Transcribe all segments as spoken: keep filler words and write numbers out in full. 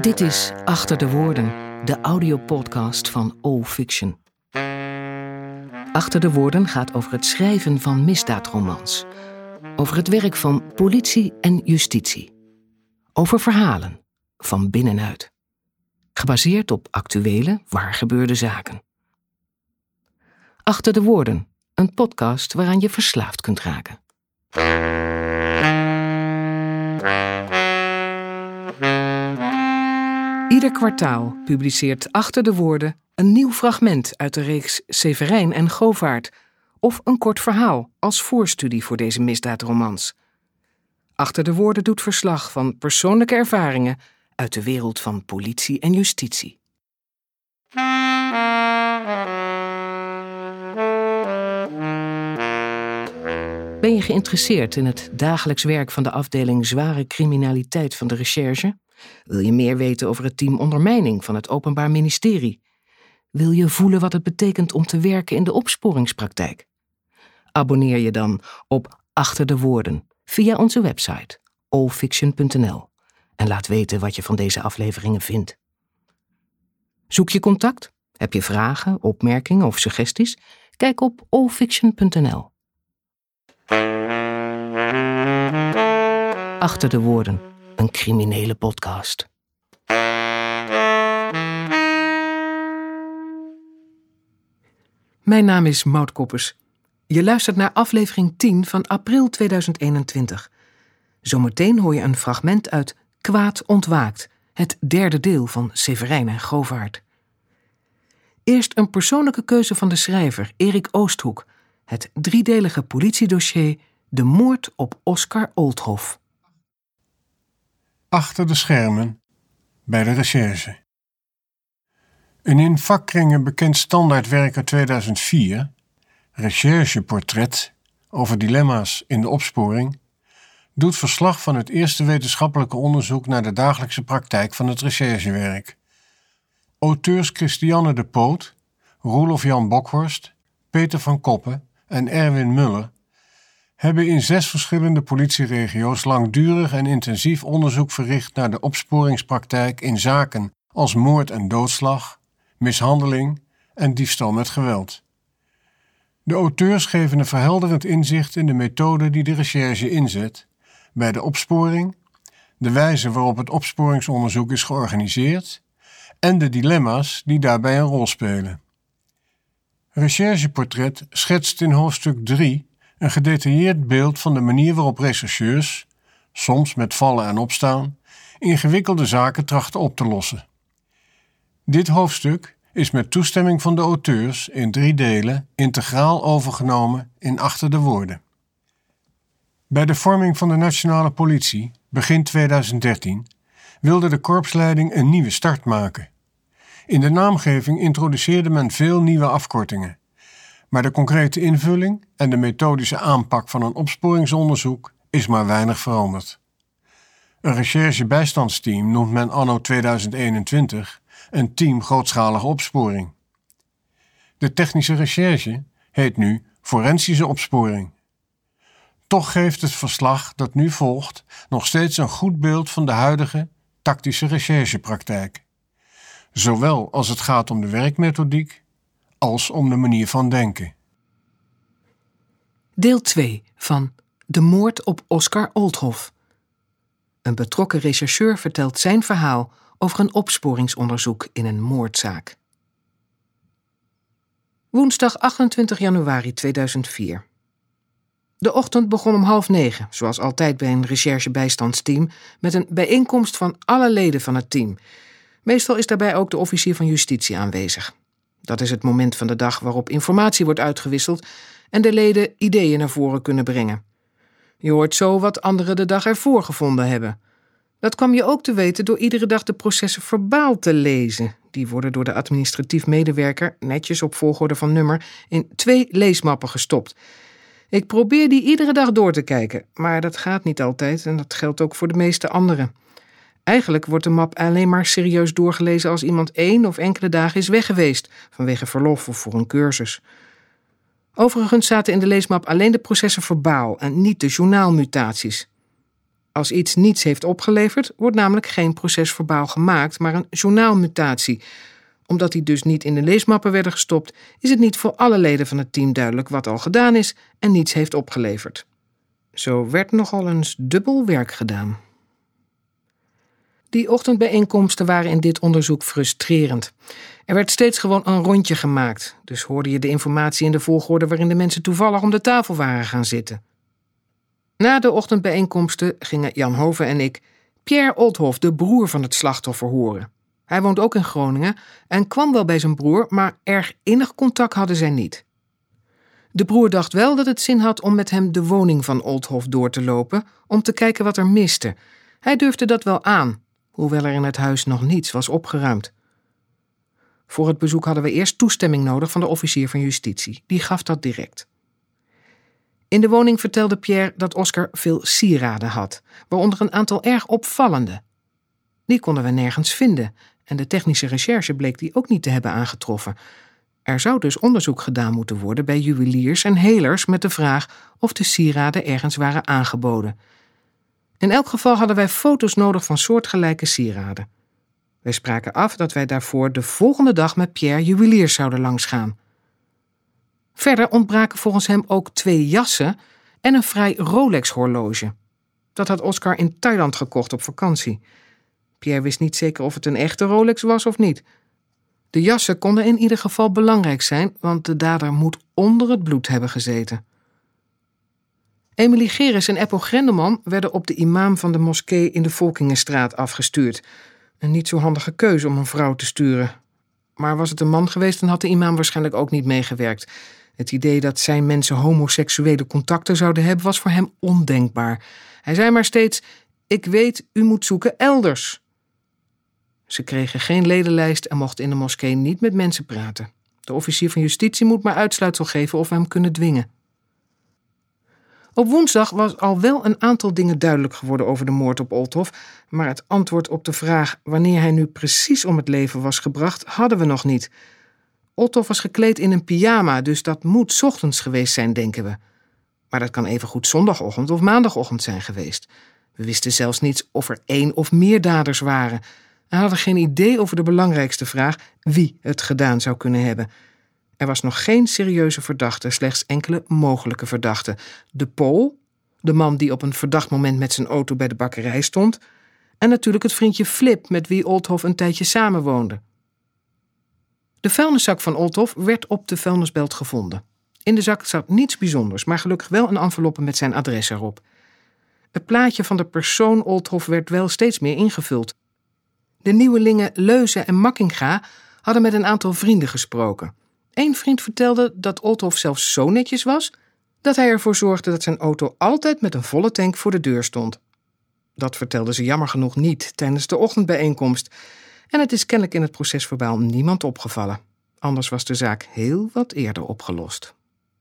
Dit is Achter de Woorden, de audiopodcast van O Fiction. Achter de Woorden gaat over het schrijven van misdaadromans. Over het werk van politie en justitie. Over verhalen, van binnenuit. Gebaseerd op actuele, waargebeurde zaken. Achter de Woorden, een podcast waaraan je verslaafd kunt raken. Ieder kwartaal publiceert Achter de Woorden een nieuw fragment uit de reeks Severijn en Govaert of een kort verhaal als voorstudie voor deze misdaadromans. Achter de Woorden doet verslag van persoonlijke ervaringen uit de wereld van politie en justitie. Ben je geïnteresseerd in het dagelijks werk van de afdeling zware criminaliteit van de recherche? Wil je meer weten over het team ondermijning van het Openbaar Ministerie? Wil je voelen wat het betekent om te werken in de opsporingspraktijk? Abonneer je dan op Achter de Woorden via onze website o fiction punt n l en laat weten wat je van deze afleveringen vindt. Zoek je contact? Heb je vragen, opmerkingen of suggesties? Kijk op o fiction punt n l. Achter de Woorden, een criminele podcast. Mijn naam is Maud Koppers. Je luistert naar aflevering tien van april tweeduizend eenentwintig. Zometeen hoor je een fragment uit Kwaad ontwaakt, het derde deel van Severijn en Govaert. Eerst een persoonlijke keuze van de schrijver Erik Oosthoek, het driedelige politiedossier De moord op Oscar Oldhoff. Achter de schermen bij de recherche. Een in vakkringen bekend standaardwerk uit tweeduizend vier, Rechercheportret over dilemma's in de opsporing, doet verslag van het eerste wetenschappelijke onderzoek naar de dagelijkse praktijk van het recherchewerk. Auteurs Christiane de Poot, Roelof Jan Bokhorst, Peter van Koppen en Erwin Muller hebben in zes verschillende politieregio's langdurig en intensief onderzoek verricht naar de opsporingspraktijk in zaken als moord en doodslag, mishandeling en diefstal met geweld. De auteurs geven een verhelderend inzicht in de methode die de recherche inzet bij de opsporing, de wijze waarop het opsporingsonderzoek is georganiseerd en de dilemma's die daarbij een rol spelen. Rechercheportret schetst in hoofdstuk drie een gedetailleerd beeld van de manier waarop rechercheurs, soms met vallen en opstaan, ingewikkelde zaken trachten op te lossen. Dit hoofdstuk is met toestemming van de auteurs in drie delen integraal overgenomen in Achter de Woorden. Bij de vorming van de Nationale Politie, begin tweeduizend dertien, wilde de korpsleiding een nieuwe start maken. In de naamgeving introduceerde men veel nieuwe afkortingen, maar de concrete invulling en de methodische aanpak van een opsporingsonderzoek is maar weinig veranderd. Een recherche-bijstandsteam noemt men anno tweeduizend eenentwintig een team grootschalige opsporing. De technische recherche heet nu forensische opsporing. Toch geeft het verslag dat nu volgt nog steeds een goed beeld van de huidige tactische recherchepraktijk. Zowel als het gaat om de werkmethodiek als om de manier van denken. Deel twee van De moord op Oscar Oldhoff. Een betrokken rechercheur vertelt zijn verhaal over een opsporingsonderzoek in een moordzaak. Woensdag achtentwintig januari tweeduizend vier. De ochtend begon om half negen, zoals altijd bij een recherche-bijstandsteam, met een bijeenkomst van alle leden van het team. Meestal is daarbij ook de officier van justitie aanwezig. Dat is het moment van de dag waarop informatie wordt uitgewisseld en de leden ideeën naar voren kunnen brengen. Je hoort zo wat anderen de dag ervoor gevonden hebben. Dat kwam je ook te weten door iedere dag de processen verbaal te lezen. Die worden door de administratief medewerker, netjes op volgorde van nummer, in twee leesmappen gestopt. Ik probeer die iedere dag door te kijken, maar dat gaat niet altijd en dat geldt ook voor de meeste anderen. Eigenlijk wordt de map alleen maar serieus doorgelezen als iemand één of enkele dagen is weg geweest, vanwege verlof of voor een cursus. Overigens zaten in de leesmap alleen de processen verbaal en niet de journaalmutaties. Als iets niets heeft opgeleverd, wordt namelijk geen procesverbaal gemaakt, maar een journaalmutatie. Omdat die dus niet in de leesmappen werden gestopt, is het niet voor alle leden van het team duidelijk wat al gedaan is en niets heeft opgeleverd. Zo werd nogal eens dubbel werk gedaan. Die ochtendbijeenkomsten waren in dit onderzoek frustrerend. Er werd steeds gewoon een rondje gemaakt, dus hoorde je de informatie in de volgorde waarin de mensen toevallig om de tafel waren gaan zitten. Na de ochtendbijeenkomsten gingen Jan Hove en ik Pierre Oldhoff, de broer van het slachtoffer, horen. Hij woont ook in Groningen en kwam wel bij zijn broer, maar erg innig contact hadden zij niet. De broer dacht wel dat het zin had om met hem de woning van Oldhoff door te lopen om te kijken wat er miste. Hij durfde dat wel aan, hoewel er in het huis nog niets was opgeruimd. Voor het bezoek hadden we eerst toestemming nodig van de officier van justitie. Die gaf dat direct. In de woning vertelde Pierre dat Oscar veel sieraden had, waaronder een aantal erg opvallende. Die konden we nergens vinden en de technische recherche bleek die ook niet te hebben aangetroffen. Er zou dus onderzoek gedaan moeten worden bij juweliers en helers met de vraag of de sieraden ergens waren aangeboden. In elk geval hadden wij foto's nodig van soortgelijke sieraden. Wij spraken af dat wij daarvoor de volgende dag met Pierre juweliers zouden langsgaan. Verder ontbraken volgens hem ook twee jassen en een fraai Rolex-horloge. Dat had Oscar in Thailand gekocht op vakantie. Pierre wist niet zeker of het een echte Rolex was of niet. De jassen konden in ieder geval belangrijk zijn, want de dader moet onder het bloed hebben gezeten. Emilie Geris en Eppo Grendelman werden op de imam van de moskee in de Volkingenstraat afgestuurd. Een niet zo handige keuze om een vrouw te sturen. Maar was het een man geweest, dan had de imam waarschijnlijk ook niet meegewerkt. Het idee dat zijn mensen homoseksuele contacten zouden hebben was voor hem ondenkbaar. Hij zei maar steeds, ik weet, u moet zoeken elders. Ze kregen geen ledenlijst en mochten in de moskee niet met mensen praten. De officier van justitie moet maar uitsluitsel geven of we hem kunnen dwingen. Op woensdag was al wel een aantal dingen duidelijk geworden over de moord op Oldhoff, maar het antwoord op de vraag wanneer hij nu precies om het leven was gebracht, hadden we nog niet. Oldhoff was gekleed in een pyjama, dus dat moet 's ochtends geweest zijn, denken we. Maar dat kan evengoed zondagochtend of maandagochtend zijn geweest. We wisten zelfs niet of er één of meer daders waren en hadden geen idee over de belangrijkste vraag wie het gedaan zou kunnen hebben. Er was nog geen serieuze verdachte, slechts enkele mogelijke verdachten. De Pool, de man die op een verdacht moment met zijn auto bij de bakkerij stond, en natuurlijk het vriendje Flip met wie Oldhoff een tijdje samenwoonde. De vuilniszak van Oldhoff werd op de vuilnisbelt gevonden. In de zak zat niets bijzonders, maar gelukkig wel een enveloppe met zijn adres erop. Het plaatje van de persoon Oldhoff werd wel steeds meer ingevuld. De nieuwelingen Leuze en Makkinga hadden met een aantal vrienden gesproken. Eén vriend vertelde dat Oldhoff zelfs zo netjes was dat hij ervoor zorgde dat zijn auto altijd met een volle tank voor de deur stond. Dat vertelden ze jammer genoeg niet tijdens de ochtendbijeenkomst en het is kennelijk in het procesverbaal niemand opgevallen. Anders was de zaak heel wat eerder opgelost.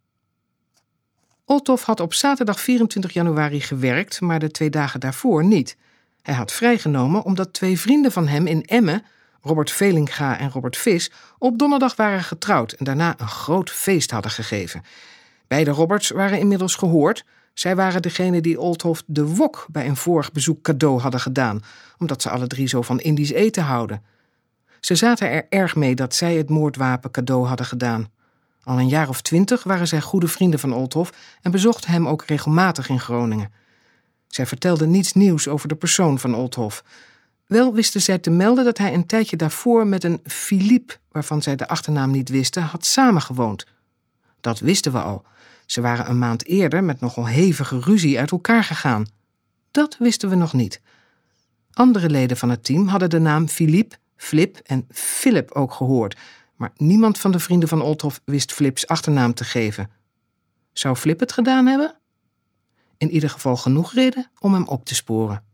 Oldhoff had op zaterdag vierentwintig januari gewerkt, maar de twee dagen daarvoor niet. Hij had vrijgenomen omdat twee vrienden van hem in Emmen, Robert Velinga en Robert Vis, op donderdag waren getrouwd en daarna een groot feest hadden gegeven. Beide Roberts waren inmiddels gehoord. Zij waren degene die Oldhoff de wok bij een vorig bezoek cadeau hadden gedaan, omdat ze alle drie zo van Indisch eten houden. Ze zaten er erg mee dat zij het moordwapen cadeau hadden gedaan. Al een jaar of twintig waren zij goede vrienden van Oldhoff en bezochten hem ook regelmatig in Groningen. Zij vertelden niets nieuws over de persoon van Oldhoff. Wel wisten zij te melden dat hij een tijdje daarvoor met een Philippe, waarvan zij de achternaam niet wisten, had samengewoond. Dat wisten we al. Ze waren een maand eerder met nogal hevige ruzie uit elkaar gegaan. Dat wisten we nog niet. Andere leden van het team hadden de naam Philippe, Flip en Philip ook gehoord, maar niemand van de vrienden van Oldhoff wist Flips achternaam te geven. Zou Flip het gedaan hebben? In ieder geval genoeg reden om hem op te sporen.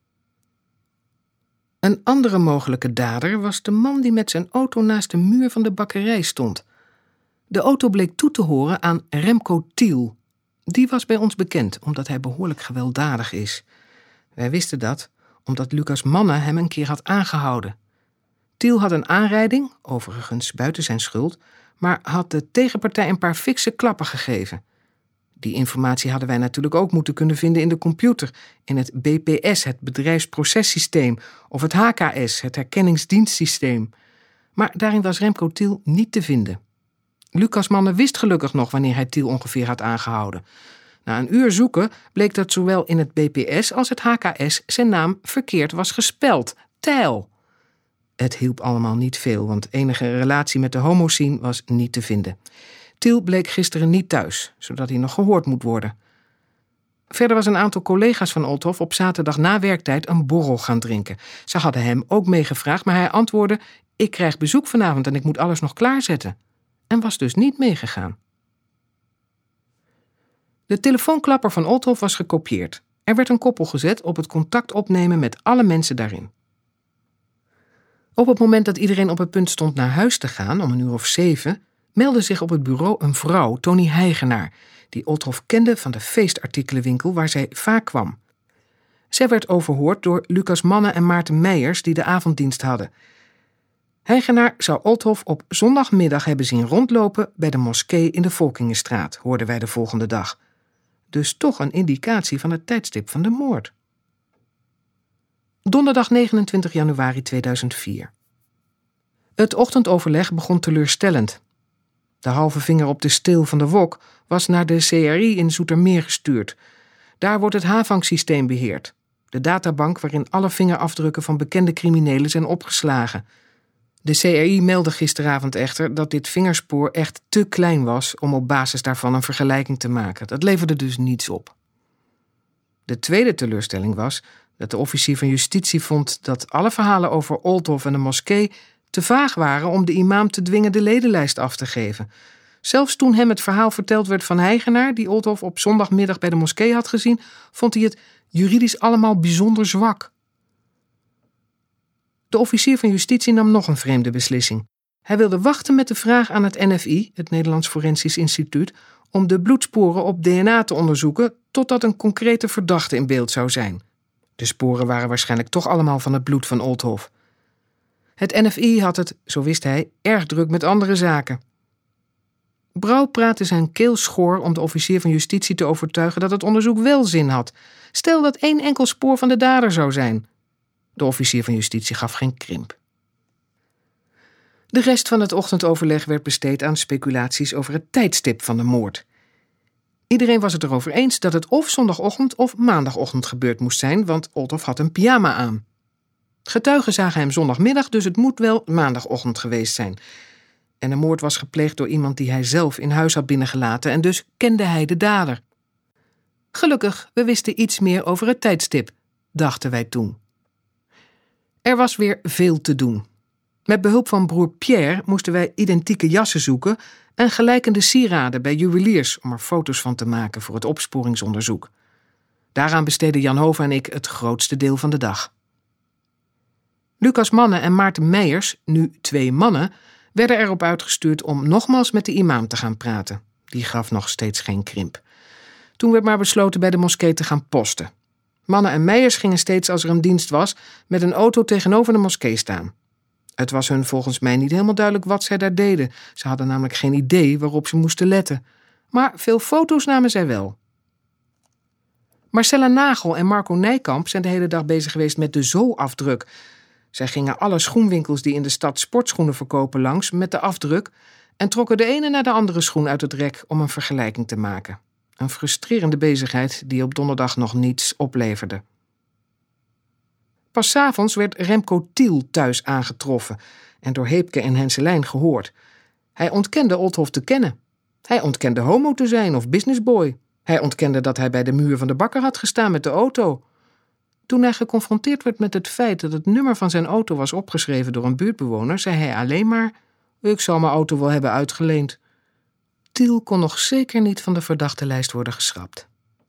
Een andere mogelijke dader was de man die met zijn auto naast de muur van de bakkerij stond. De auto bleek toe te horen aan Remco Tiel. Die was bij ons bekend, omdat hij behoorlijk gewelddadig is. Wij wisten dat, omdat Lucas Manne hem een keer had aangehouden. Tiel had een aanrijding, overigens buiten zijn schuld, maar had de tegenpartij een paar fikse klappen gegeven. Die informatie hadden wij natuurlijk ook moeten kunnen vinden in de computer, in het B P S, het bedrijfsprocessysteem, of het H K S, het herkenningsdienstsysteem. Maar daarin was Remco Tiel niet te vinden. Lucas Manne wist gelukkig nog wanneer hij Tiel ongeveer had aangehouden. Na een uur zoeken bleek dat zowel in het B P S als het H K S zijn naam verkeerd was gespeld. Tijl. Het hielp allemaal niet veel, want enige relatie met de homoscene was niet te vinden. Tiel bleek gisteren niet thuis, zodat hij nog gehoord moet worden. Verder was een aantal collega's van Olthof op zaterdag na werktijd een borrel gaan drinken. Ze hadden hem ook meegevraagd, maar hij antwoordde: ik krijg bezoek vanavond en ik moet alles nog klaarzetten. En was dus niet meegegaan. De telefoonklapper van Olthof was gekopieerd. Er werd een koppel gezet op het contact opnemen met alle mensen daarin. Op het moment dat iedereen op het punt stond naar huis te gaan, om een uur of zeven, meldde zich op het bureau een vrouw, Tony Heigenaar, die Olthof kende van de feestartikelenwinkel waar zij vaak kwam. Zij werd overhoord door Lucas Manne en Maarten Meijers, die de avonddienst hadden. Heigenaar zou Olthof op zondagmiddag hebben zien rondlopen bij de moskee in de Volkingenstraat, hoorden wij de volgende dag. Dus toch een indicatie van het tijdstip van de moord. Donderdag negenentwintig januari tweeduizend vier. Het ochtendoverleg begon teleurstellend. De halve vinger op de steel van de wok was naar de C R I in Zoetermeer gestuurd. Daar wordt het Havang-systeem beheerd. De databank waarin alle vingerafdrukken van bekende criminelen zijn opgeslagen. De C R I meldde gisteravond echter dat dit vingerspoor echt te klein was om op basis daarvan een vergelijking te maken. Dat leverde dus niets op. De tweede teleurstelling was dat de officier van justitie vond dat alle verhalen over Olthof en de moskee te vaag waren om de imam te dwingen de ledenlijst af te geven. Zelfs toen hem het verhaal verteld werd van Heigenaar, die Olthof op zondagmiddag bij de moskee had gezien, vond hij het juridisch allemaal bijzonder zwak. De officier van justitie nam nog een vreemde beslissing. Hij wilde wachten met de vraag aan het N F I, het Nederlands Forensisch Instituut, om de bloedsporen op D N A te onderzoeken totdat een concrete verdachte in beeld zou zijn. De sporen waren waarschijnlijk toch allemaal van het bloed van Olthof. Het N F I had het, zo wist hij, erg druk met andere zaken. Brouw praatte zijn keel schor om de officier van justitie te overtuigen dat het onderzoek wel zin had. Stel dat één enkel spoor van de dader zou zijn. De officier van justitie gaf geen krimp. De rest van het ochtendoverleg werd besteed aan speculaties over het tijdstip van de moord. Iedereen was het erover eens dat het of zondagochtend of maandagochtend gebeurd moest zijn, want Olthof had een pyjama aan. Getuigen zagen hem zondagmiddag, dus het moet wel maandagochtend geweest zijn. En de moord was gepleegd door iemand die hij zelf in huis had binnengelaten en dus kende hij de dader. Gelukkig, we wisten iets meer over het tijdstip, dachten wij toen. Er was weer veel te doen. Met behulp van broer Pierre moesten wij identieke jassen zoeken en gelijkende sieraden bij juweliers om er foto's van te maken voor het opsporingsonderzoek. Daaraan besteedden Jan Hove en ik het grootste deel van de dag. Lucas Manne en Maarten Meijers, nu twee mannen, werden erop uitgestuurd om nogmaals met de imam te gaan praten. Die gaf nog steeds geen krimp. Toen werd maar besloten bij de moskee te gaan posten. Manne en Meijers gingen steeds als er een dienst was met een auto tegenover de moskee staan. Het was hun volgens mij niet helemaal duidelijk wat zij daar deden. Ze hadden namelijk geen idee waarop ze moesten letten. Maar veel foto's namen zij wel. Marcella Nagel en Marco Nijkamp zijn de hele dag bezig geweest met de zoolafdruk. Zij gingen alle schoenwinkels die in de stad sportschoenen verkopen langs met de afdruk en trokken de ene naar de andere schoen uit het rek om een vergelijking te maken. Een frustrerende bezigheid die op donderdag nog niets opleverde. Pas 's avonds werd Remco Tiel thuis aangetroffen en door Heepke en Henselijn gehoord. Hij ontkende Olthof te kennen. Hij ontkende homo te zijn of businessboy. Hij ontkende dat hij bij de muur van de bakker had gestaan met de auto. Toen hij geconfronteerd werd met het feit dat het nummer van zijn auto was opgeschreven door een buurtbewoner, zei hij alleen maar: ik zal mijn auto wel hebben uitgeleend. Tiel kon nog zeker niet van de verdachtenlijst worden geschrapt.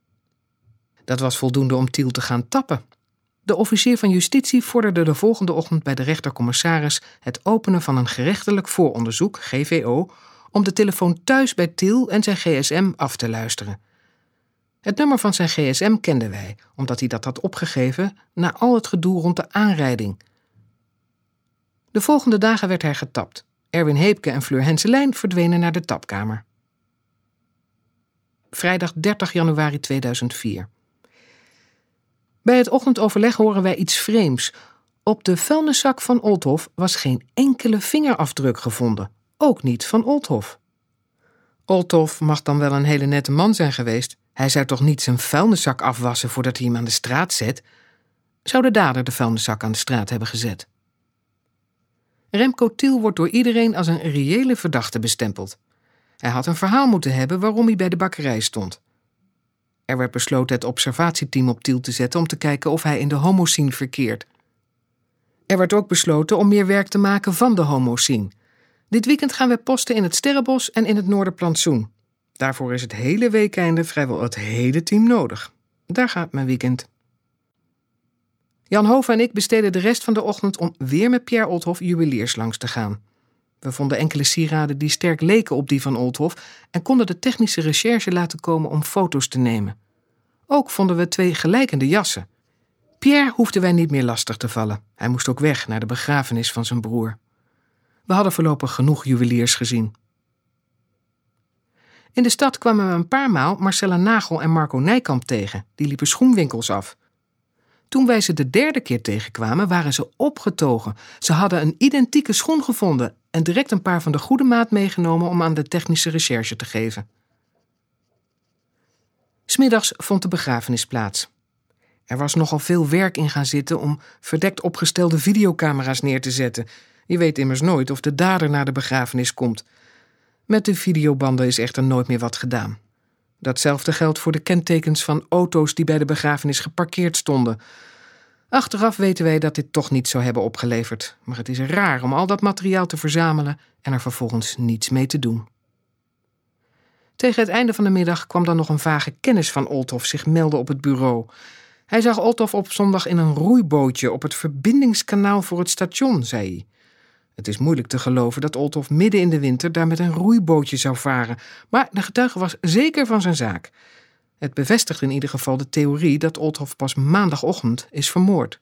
Dat was voldoende om Tiel te gaan tappen. De officier van justitie vorderde de volgende ochtend bij de rechtercommissaris het openen van een gerechtelijk vooronderzoek, G V O, om de telefoon thuis bij Tiel en zijn G S M af te luisteren. Het nummer van zijn G S M kenden wij, omdat hij dat had opgegeven na al het gedoe rond de aanrijding. De volgende dagen werd hij getapt. Erwin Heepke en Fleur Henselijn verdwenen naar de tapkamer. Vrijdag dertig januari tweeduizend vier. Bij het ochtendoverleg horen wij iets vreemds. Op de vuilniszak van Olthof was geen enkele vingerafdruk gevonden. Ook niet van Olthof. Olthof mag dan wel een hele nette man zijn geweest. Hij zou toch niet zijn vuilniszak afwassen voordat hij hem aan de straat zet? Zou de dader de vuilniszak aan de straat hebben gezet? Remco Tiel wordt door iedereen als een reële verdachte bestempeld. Hij had een verhaal moeten hebben waarom hij bij de bakkerij stond. Er werd besloten het observatieteam op Tiel te zetten om te kijken of hij in de homoscene verkeert. Er werd ook besloten om meer werk te maken van de homoscene. Dit weekend gaan we posten in het Sterrenbos en in het Noorderplantsoen. Daarvoor is het hele weekeinde vrijwel het hele team nodig. Daar gaat mijn weekend. Jan Hove en ik besteden de rest van de ochtend om weer met Pierre Olthof juweliers langs te gaan. We vonden enkele sieraden die sterk leken op die van Olthof en konden de technische recherche laten komen om foto's te nemen. Ook vonden we twee gelijkende jassen. Pierre hoefden wij niet meer lastig te vallen. Hij moest ook weg naar de begrafenis van zijn broer. We hadden voorlopig genoeg juweliers gezien. In de stad kwamen we een paar maal Marcella Nagel en Marco Nijkamp tegen. Die liepen schoenwinkels af. Toen wij ze de derde keer tegenkwamen, waren ze opgetogen. Ze hadden een identieke schoen gevonden en direct een paar van de goede maat meegenomen om aan de technische recherche te geven. 'S Middags vond de begrafenis plaats. Er was nogal veel werk in gaan zitten om verdekt opgestelde videocamera's neer te zetten. Je weet immers nooit of de dader naar de begrafenis komt. Met de videobanden is echter nooit meer wat gedaan. Datzelfde geldt voor de kentekens van auto's die bij de begrafenis geparkeerd stonden. Achteraf weten wij dat dit toch niet zou hebben opgeleverd. Maar het is raar om al dat materiaal te verzamelen en er vervolgens niets mee te doen. Tegen het einde van de middag kwam dan nog een vage kennis van Olthof zich melden op het bureau. Hij zag Olthof op zondag in een roeibootje op het verbindingskanaal voor het station, zei hij. Het is moeilijk te geloven dat Olthof midden in de winter daar met een roeibootje zou varen, maar de getuige was zeker van zijn zaak. Het bevestigt in ieder geval de theorie dat Olthof pas maandagochtend is vermoord.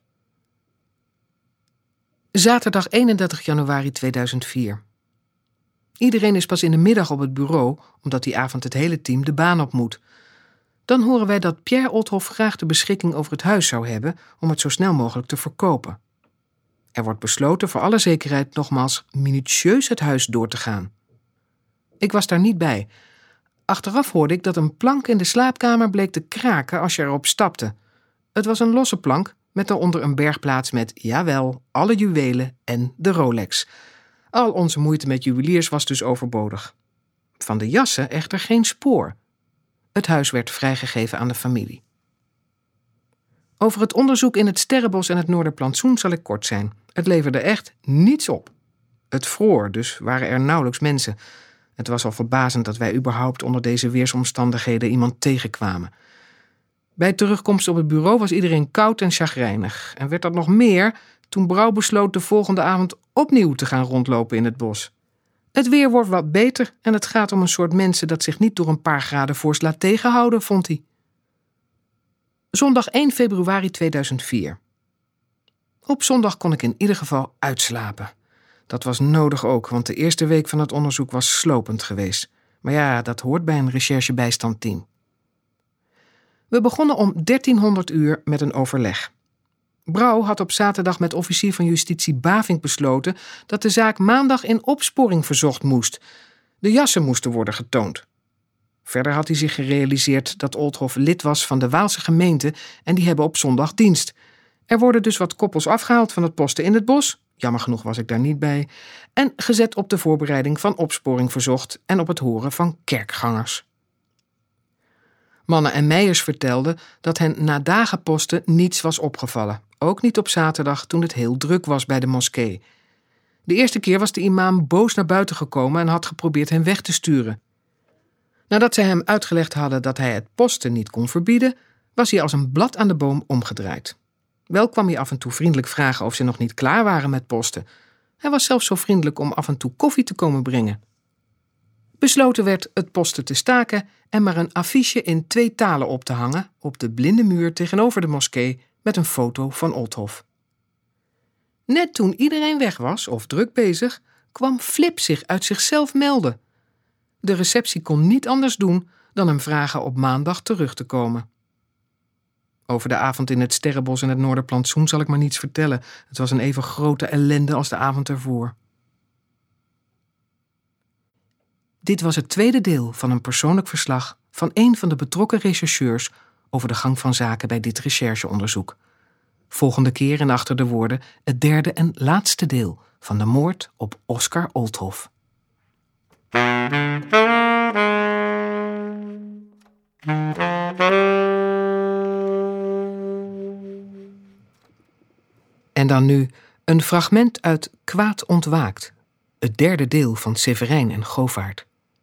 Zaterdag eenendertig januari tweeduizend vier. Iedereen is pas in de middag op het bureau, omdat die avond het hele team de baan op moet. Dan horen wij dat Pierre Olthof graag de beschikking over het huis zou hebben om het zo snel mogelijk te verkopen. Er wordt besloten voor alle zekerheid nogmaals minutieus het huis door te gaan. Ik was daar niet bij. Achteraf hoorde ik dat een plank in de slaapkamer bleek te kraken als je erop stapte. Het was een losse plank met daaronder een bergplaats met, jawel, alle juwelen en de Rolex. Al onze moeite met juweliers was dus overbodig. Van de jassen echter geen spoor. Het huis werd vrijgegeven aan de familie. Over het onderzoek in het Sterrenbos en het Noorderplantsoen zal ik kort zijn. Het leverde echt niets op. Het vroor, dus waren er nauwelijks mensen. Het was al verbazend dat wij überhaupt onder deze weersomstandigheden iemand tegenkwamen. Bij terugkomst op het bureau was iedereen koud en chagrijnig. En werd dat nog meer toen Brouw besloot de volgende avond opnieuw te gaan rondlopen in het bos. Het weer wordt wat beter en het gaat om een soort mensen dat zich niet door een paar graden vorst laat tegenhouden, vond hij. Zondag één februari tweeduizend vier. Op zondag kon ik in ieder geval uitslapen. Dat was nodig ook, want de eerste week van het onderzoek was slopend geweest. Maar ja, dat hoort bij een recherchebijstandteam. We begonnen om dertienhonderd uur met een overleg. Brouw had op zaterdag met officier van justitie Bavink besloten dat de zaak maandag in opsporing verzocht moest. De jassen moesten worden getoond. Verder had hij zich gerealiseerd dat Olthof lid was van de Waalse gemeente en die hebben op zondag dienst. Er worden dus wat koppels afgehaald van het posten in het bos, jammer genoeg was ik daar niet bij, en gezet op de voorbereiding van opsporing verzocht en op het horen van kerkgangers. Mannen en Meijers vertelden dat hen na dagen posten niets was opgevallen. Ook niet op zaterdag toen het heel druk was bij de moskee. De eerste keer was de imam boos naar buiten gekomen en had geprobeerd hen weg te sturen. Nadat zij hem uitgelegd hadden dat hij het posten niet kon verbieden, was hij als een blad aan de boom omgedraaid. Wel kwam hij af en toe vriendelijk vragen of ze nog niet klaar waren met posten. Hij was zelfs zo vriendelijk om af en toe koffie te komen brengen. Besloten werd het posten te staken en maar een affiche in twee talen op te hangen op de blinde muur tegenover de moskee met een foto van Olthof. Net toen iedereen weg was of druk bezig, kwam Flip zich uit zichzelf melden. De receptie kon niet anders doen dan hem vragen op maandag terug te komen. Over de avond in het Sterrenbos en het Noorderplantsoen zal ik maar niets vertellen. Het was een even grote ellende als de avond ervoor. Dit was het tweede deel van een persoonlijk verslag van een van de betrokken rechercheurs over de gang van zaken bij dit rechercheonderzoek. Volgende keer en achter de woorden het derde en laatste deel van de moord op Oscar Oldhoff. En dan nu een fragment uit Kwaad ontwaakt, het derde deel van Severijn en Govaert.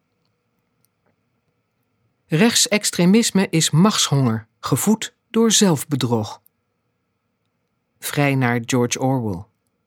Rechtsextremisme is machtshonger, gevoed door zelfbedrog. Vrij naar George Orwell.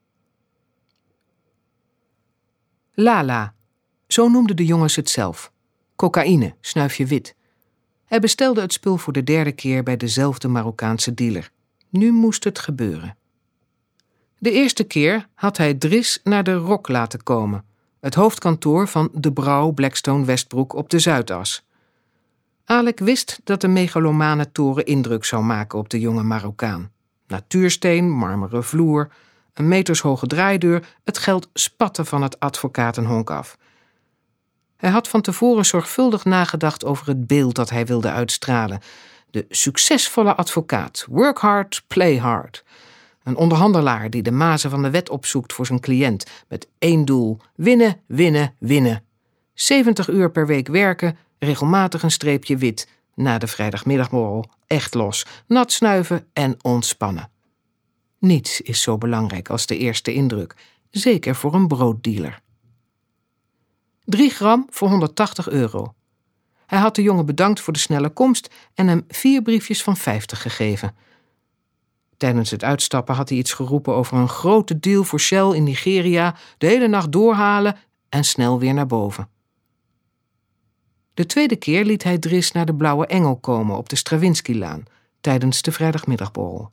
Lala, zo noemden de jongens het zelf. Cocaïne, snuifje wit. Hij bestelde het spul voor de derde keer bij dezelfde Marokkaanse dealer. Nu moest het gebeuren. De eerste keer had hij Dris naar de Rock laten komen, het hoofdkantoor van De Brouw Blackstone Westbroek op de Zuidas. Alec wist dat de megalomane toren indruk zou maken op de jonge Marokkaan. Natuursteen, marmeren vloer, een metershoge draaideur, het geld spatte van het advocatenhonk af. Hij had van tevoren zorgvuldig nagedacht over het beeld dat hij wilde uitstralen. De succesvolle advocaat, work hard, play hard. Een onderhandelaar die de mazen van de wet opzoekt voor zijn cliënt met één doel: winnen, winnen, winnen. zeventig uur per week werken, regelmatig een streepje wit, na de vrijdagmiddagborrel echt los, nat snuiven en ontspannen. Niets is zo belangrijk als de eerste indruk, zeker voor een brooddealer. Drie gram voor honderdtachtig euro. Hij had de jongen bedankt voor de snelle komst en hem vier briefjes van vijftig gegeven. Tijdens het uitstappen had hij iets geroepen over een grote deal voor Shell in Nigeria, de hele nacht doorhalen en snel weer naar boven. De tweede keer liet hij Dris naar de Blauwe Engel komen op de Stravinsky-laan tijdens de vrijdagmiddagborrel.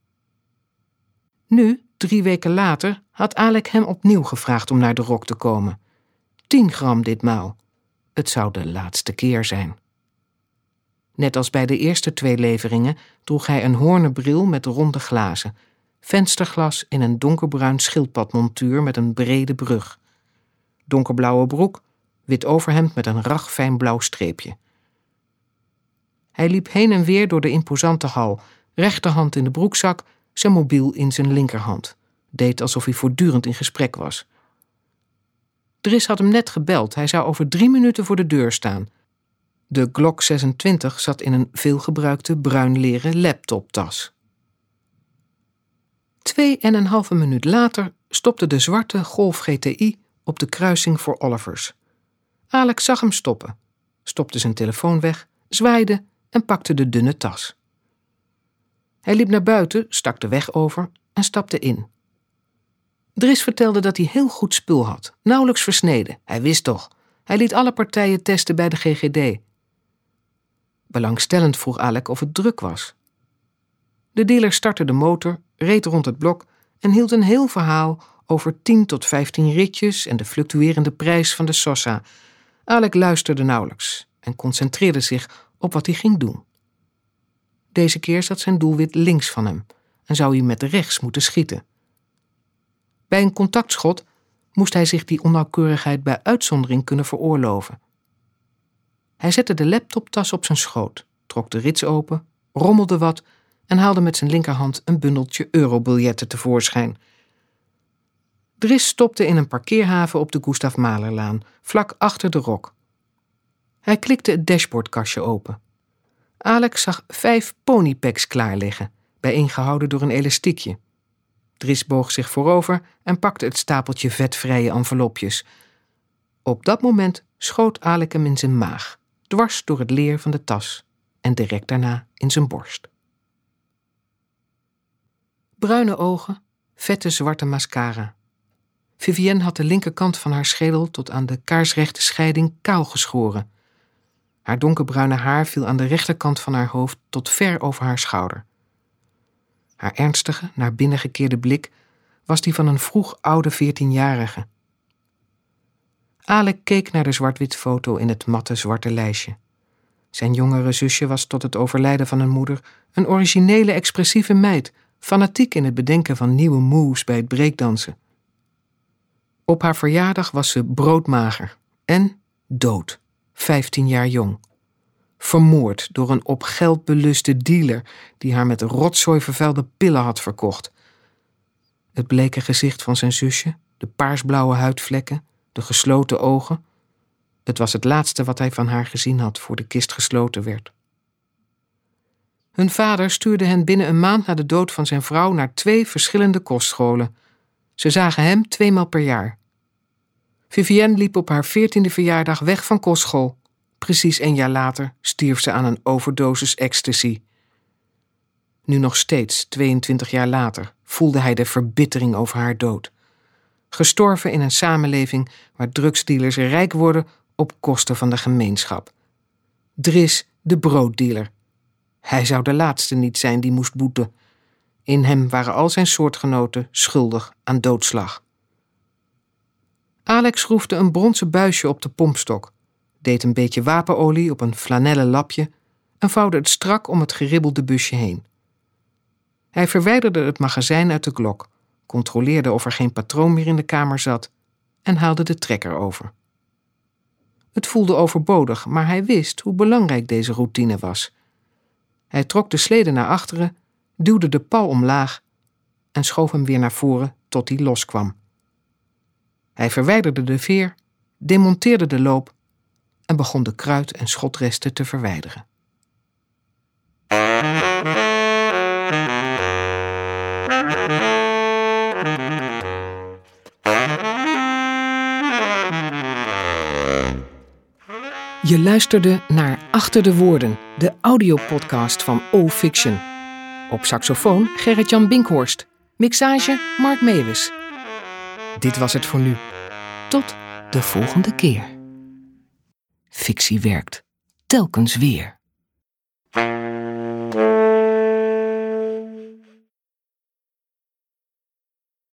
Nu, drie weken later, had Alec hem opnieuw gevraagd om naar de Rock te komen. Tien gram ditmaal. Het zou de laatste keer zijn. Net als bij de eerste twee leveringen droeg hij een hoornen bril met ronde glazen, vensterglas in een donkerbruin schildpadmontuur met een brede brug, donkerblauwe broek, wit overhemd met een ragfijn blauw streepje. Hij liep heen en weer door de imposante hal, rechterhand in de broekzak, zijn mobiel in zijn linkerhand, deed alsof hij voortdurend in gesprek was. Dris had hem net gebeld, hij zou over drie minuten voor de deur staan. De Glock zesentwintig zat in een veelgebruikte bruin leren laptoptas. Twee en een halve minuut later stopte de zwarte Golf G T I op de kruising voor Olivers. Alec zag hem stoppen, stopte zijn telefoon weg, zwaaide en pakte de dunne tas. Hij liep naar buiten, stak de weg over en stapte in. Dris vertelde dat hij heel goed spul had, nauwelijks versneden. Hij wist toch. Hij liet alle partijen testen bij de G G D. Belangstellend vroeg Alec of het druk was. De dealer startte de motor, reed rond het blok en hield een heel verhaal over tien tot vijftien ritjes en de fluctuerende prijs van de Sosa. Alec luisterde nauwelijks en concentreerde zich op wat hij ging doen. Deze keer zat zijn doelwit links van hem en zou hij met rechts moeten schieten. Bij een contactschot moest hij zich die onnauwkeurigheid bij uitzondering kunnen veroorloven. Hij zette de laptoptas op zijn schoot, trok de rits open, rommelde wat en haalde met zijn linkerhand een bundeltje eurobiljetten tevoorschijn. Dris stopte in een parkeerhaven op de Gustav Mahlerlaan, vlak achter de Rock. Hij klikte het dashboardkastje open. Alec zag vijf ponypacks klaar liggen, bijeengehouden door een elastiekje. Dris boog zich voorover en pakte het stapeltje vetvrije envelopjes. Op dat moment schoot Alec hem in zijn maag, dwars door het leer van de tas en direct daarna in zijn borst. Bruine ogen, vette zwarte mascara. Vivienne had de linkerkant van haar schedel tot aan de kaarsrechte scheiding kaal geschoren. Haar donkerbruine haar viel aan de rechterkant van haar hoofd tot ver over haar schouder. Haar ernstige, naar binnen gekeerde blik was die van een vroeg oude veertienjarige. Alec keek naar de zwart-wit foto in het matte zwarte lijstje. Zijn jongere zusje was tot het overlijden van hun moeder een originele, expressieve meid, fanatiek in het bedenken van nieuwe moves bij het breakdansen. Op haar verjaardag was ze broodmager en dood, vijftien jaar jong. Vermoord door een op geld beluste dealer die haar met rotzooi vervuilde pillen had verkocht. Het bleke gezicht van zijn zusje, de paarsblauwe huidvlekken, de gesloten ogen. Het was het laatste wat hij van haar gezien had voor de kist gesloten werd. Hun vader stuurde hen binnen een maand na de dood van zijn vrouw naar twee verschillende kostscholen. Ze zagen hem tweemaal per jaar. Vivienne liep op haar veertiende verjaardag weg van kostschool. Precies een jaar later stierf ze aan een overdosis ecstasy. Nu nog steeds, tweeëntwintig jaar later, voelde hij de verbittering over haar dood. Gestorven in een samenleving waar drugsdealers rijk worden op kosten van de gemeenschap. Dries, de brooddealer. Hij zou de laatste niet zijn die moest boeten. In hem waren al zijn soortgenoten schuldig aan doodslag. Alex schroefde een bronzen buisje op de pompstok, deed een beetje wapenolie op een flanellen lapje en vouwde het strak om het geribbelde busje heen. Hij verwijderde het magazijn uit de glok, controleerde of er geen patroon meer in de kamer zat en haalde de trekker over. Het voelde overbodig, maar hij wist hoe belangrijk deze routine was. Hij trok de slede naar achteren, duwde de pal omlaag en schoof hem weer naar voren tot hij loskwam. Hij verwijderde de veer, demonteerde de loop en begon de kruid- en schotresten te verwijderen. Je luisterde naar Achter de Woorden, de audiopodcast van All Fiction. Op saxofoon Gerrit-Jan Binkhorst, mixage Mark Meeuwis. Dit was het voor nu. Tot de volgende keer. Fictie werkt telkens weer.